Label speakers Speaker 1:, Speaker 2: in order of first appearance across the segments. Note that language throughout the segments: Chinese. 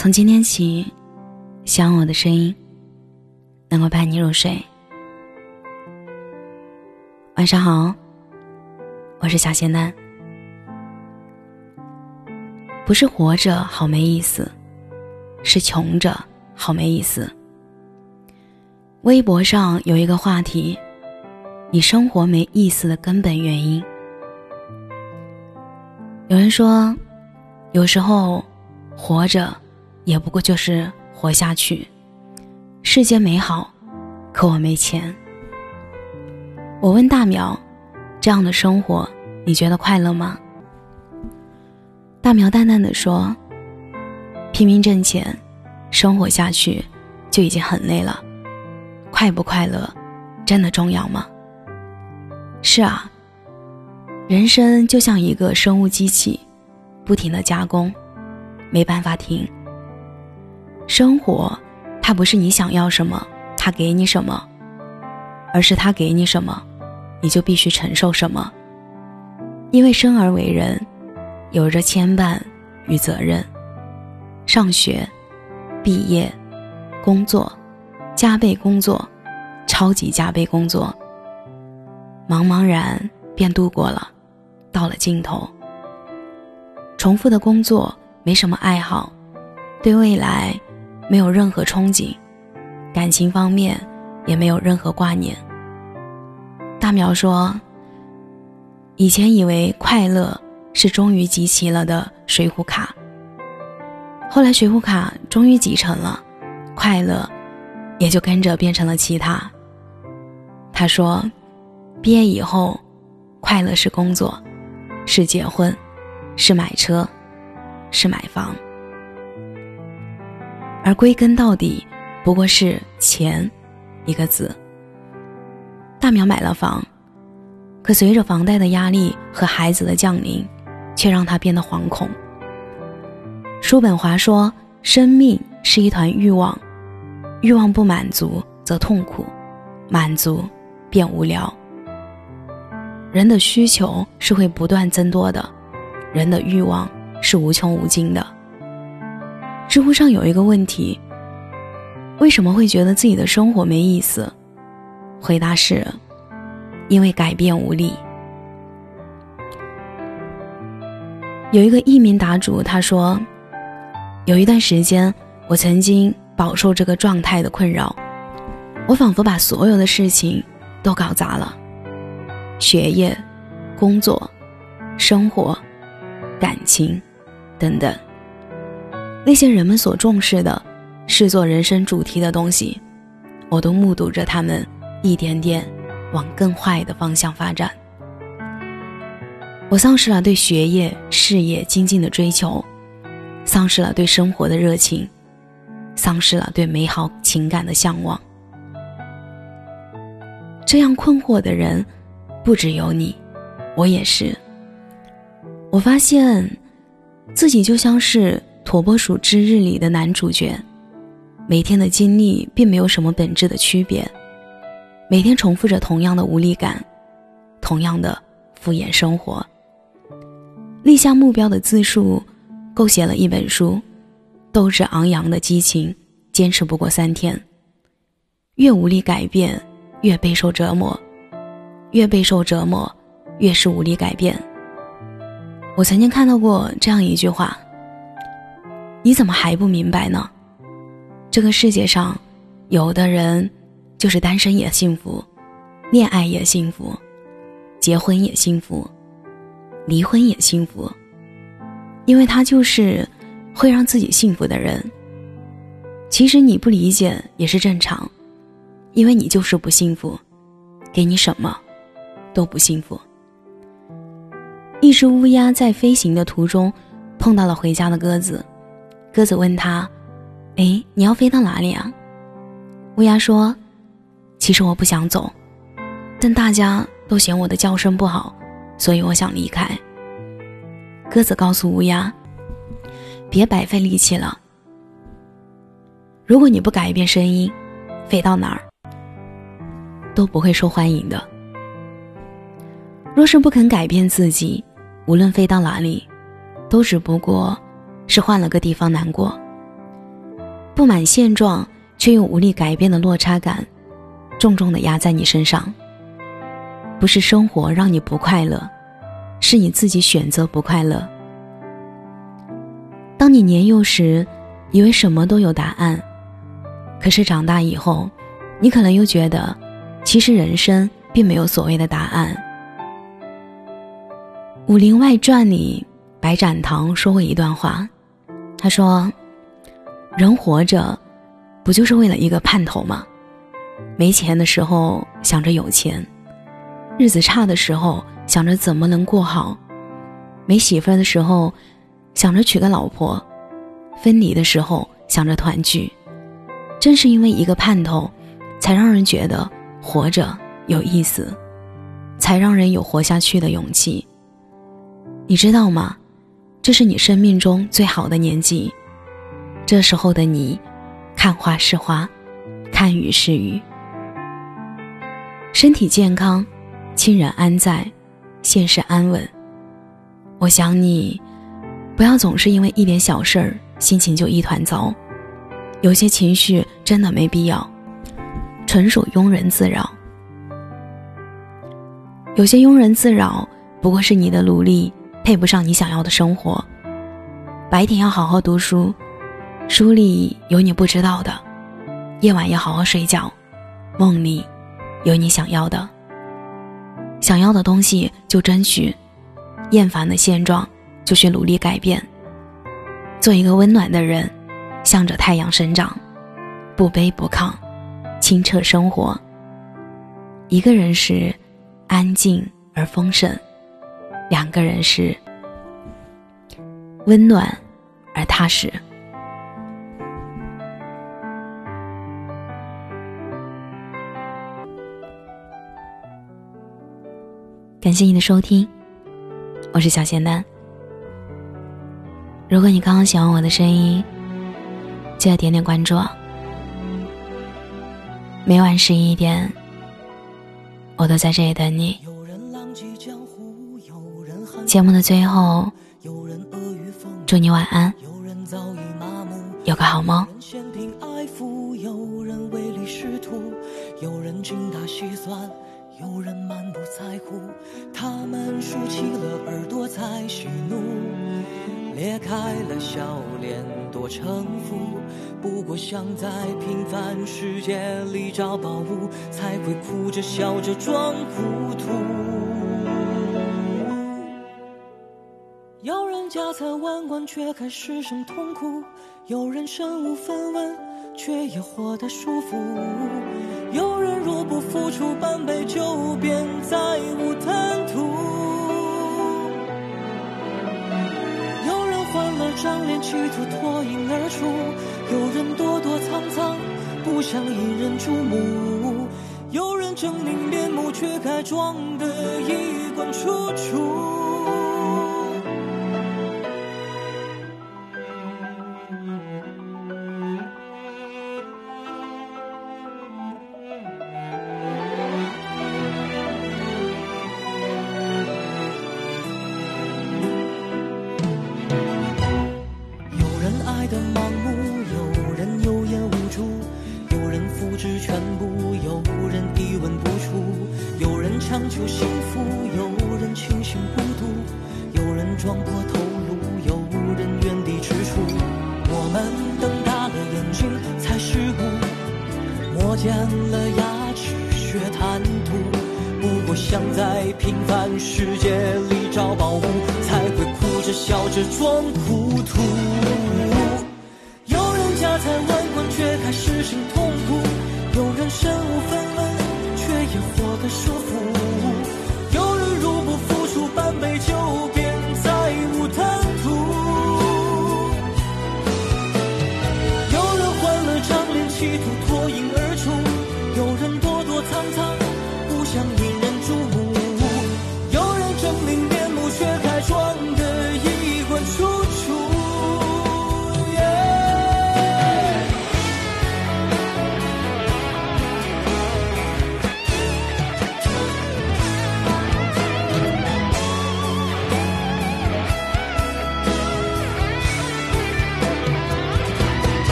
Speaker 1: 从今天起，希望我的声音能够伴你入睡。晚上好，我是小仙丹。不是活着好没意思，是穷着好没意思。微博上有一个话题，你生活没意思的根本原因。有人说，有时候活着也不过就是活下去。世界美好，可我没钱。我问大苗，这样的生活你觉得快乐吗？大苗淡淡地说，拼命挣钱，生活下去就已经很累了，快不快乐真的重要吗？是啊，人生就像一个生物机器，不停地加工，没办法停。生活它不是你想要什么它给你什么，而是它给你什么你就必须承受什么。因为生而为人，有着牵绊与责任。上学、毕业、工作、加倍工作、超级加倍工作，茫茫然便度过了，到了尽头。重复的工作，没什么爱好，对未来没有任何憧憬，感情方面也没有任何挂念。大苗说，以前以为快乐是终于集齐了的水浒卡，后来水浒卡终于集成了，快乐也就跟着变成了其他。他说，毕业以后，快乐是工作，是结婚，是买车，是买房，而归根到底不过是钱一个字。大苗买了房，可随着房贷的压力和孩子的降临，却让他变得惶恐。叔本华说，生命是一团欲望，欲望不满足则痛苦，满足便无聊。人的需求是会不断增多的，人的欲望是无穷无尽的。知乎上有一个问题，为什么会觉得自己的生活没意思？回答是，因为改变无力。有一个艺名答主，他说，有一段时间我曾经饱受这个状态的困扰，我仿佛把所有的事情都搞砸了，学业、工作、生活、感情等等，那些人们所重视的视作人生主题的东西，我都目睹着他们一点点往更坏的方向发展。我丧失了对学业、事业精进的追求，丧失了对生活的热情，丧失了对美好情感的向往。这样困惑的人不只有你，我也是。我发现自己就像是土拨鼠之日里的男主角，每天的经历并没有什么本质的区别，每天重复着同样的无力感，同样的敷衍生活。立下目标的字数够写了一本书，斗志昂扬的激情坚持不过3天。越无力改变，越备受折磨，越备受折磨，越是无力改变。我曾经看到过这样一句话，你怎么还不明白呢？这个世界上有的人就是单身也幸福，恋爱也幸福，结婚也幸福，离婚也幸福，因为他就是会让自己幸福的人。其实你不理解也是正常，因为你就是不幸福，给你什么都不幸福。一只乌鸦在飞行的途中碰到了回家的鸽子，鸽子问他，你要飞到哪里啊？乌鸦说，其实我不想走，但大家都嫌我的叫声不好，所以我想离开。鸽子告诉乌鸦，别白费力气了，如果你不改变声音，飞到哪儿都不会受欢迎的。若是不肯改变自己，无论飞到哪里，都只不过是换了个地方难过。 不满现状却又无力改变的落差感重重地压在你身上。不是生活让你不快乐，是你自己选择不快乐。当你年幼时以为什么都有答案，可是长大以后，你可能又觉得其实人生并没有所谓的答案。《武林外传》里白展堂说过一段话，他说，人活着不就是为了一个盼头吗？没钱的时候想着有钱，日子差的时候想着怎么能过好，没媳妇儿的时候想着娶个老婆，分离的时候想着团聚。正是因为一个盼头，才让人觉得活着有意思，才让人有活下去的勇气。你知道吗？这是你生命中最好的年纪，这时候的你，看花是花，看雨是雨。身体健康，亲人安在，现实安稳。我想你，不要总是因为一点小事儿，心情就一团糟。有些情绪真的没必要，纯属庸人自扰。有些庸人自扰，不过是你的努力配不上你想要的生活。白天要好好读书，书里有你不知道的；夜晚要好好睡觉，梦里有你想要的。想要的东西就争取，厌烦的现状就去努力改变。做一个温暖的人，向着太阳生长，不卑不亢，清澈生活。一个人是安静而丰盛，两个人是温暖而踏实。感谢你的收听，我是小咸蛋。如果你刚刚喜欢我的声音，记得点点关注啊。每晚11点，我都在这里等你。节目的最后，祝你晚安，有个好梦。
Speaker 2: 有人唯利是图，有人精打细算，有人满不在乎。他们竖起了耳朵在喜怒，裂开了笑脸多城府。不过想在平凡世界里找宝物，才会哭着笑着装糊涂。有人家财万贯却还失声痛哭，有人身无分文却也活得舒服，有人若不付出半杯酒便再无贪图，有人换了张脸企图脱颖而出，有人躲躲藏藏不想引人注目，有人狰狞面目却该装得衣冠楚楚。爱的盲目，有人有眼无珠，有人复制全部，有人一文不出，有人强求幸福，有人清醒孤独，有人撞破头颅，有人原地踟蹰。我们瞪大了眼睛才识悟，磨尖了牙齿学贪图，不过想在平凡世界里找宝物，才会哭着笑着装糊涂。家财万贯却还失心痛苦，有人身无分文却也活得舒服，有人如不付出半杯酒便再无贪图，有人换了张脸企图脱颖而出，有人躲躲藏藏不想引人注目，有人狰狞面目却还装得衣冠楚楚。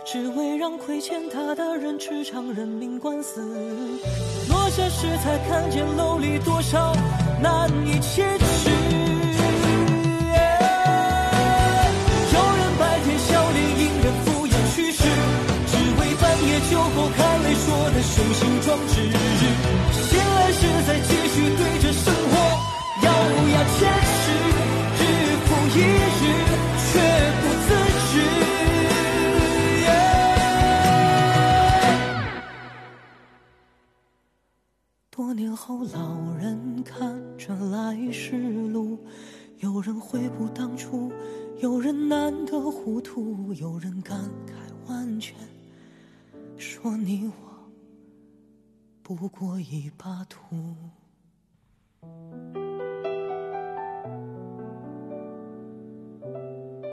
Speaker 2: 只为让亏欠他的人吃场人命官司。落下时才看见楼里多少难以启齿。有人白天笑脸迎人敷衍去世，只为半夜酒后看泪说的雄心壮志。醒来时再继续对着生活咬牙切齿，日复一日却不自知。多年后老人看着来时路，有人悔不当初，有人难得糊涂，有人感慨万千，说你我不过一把土。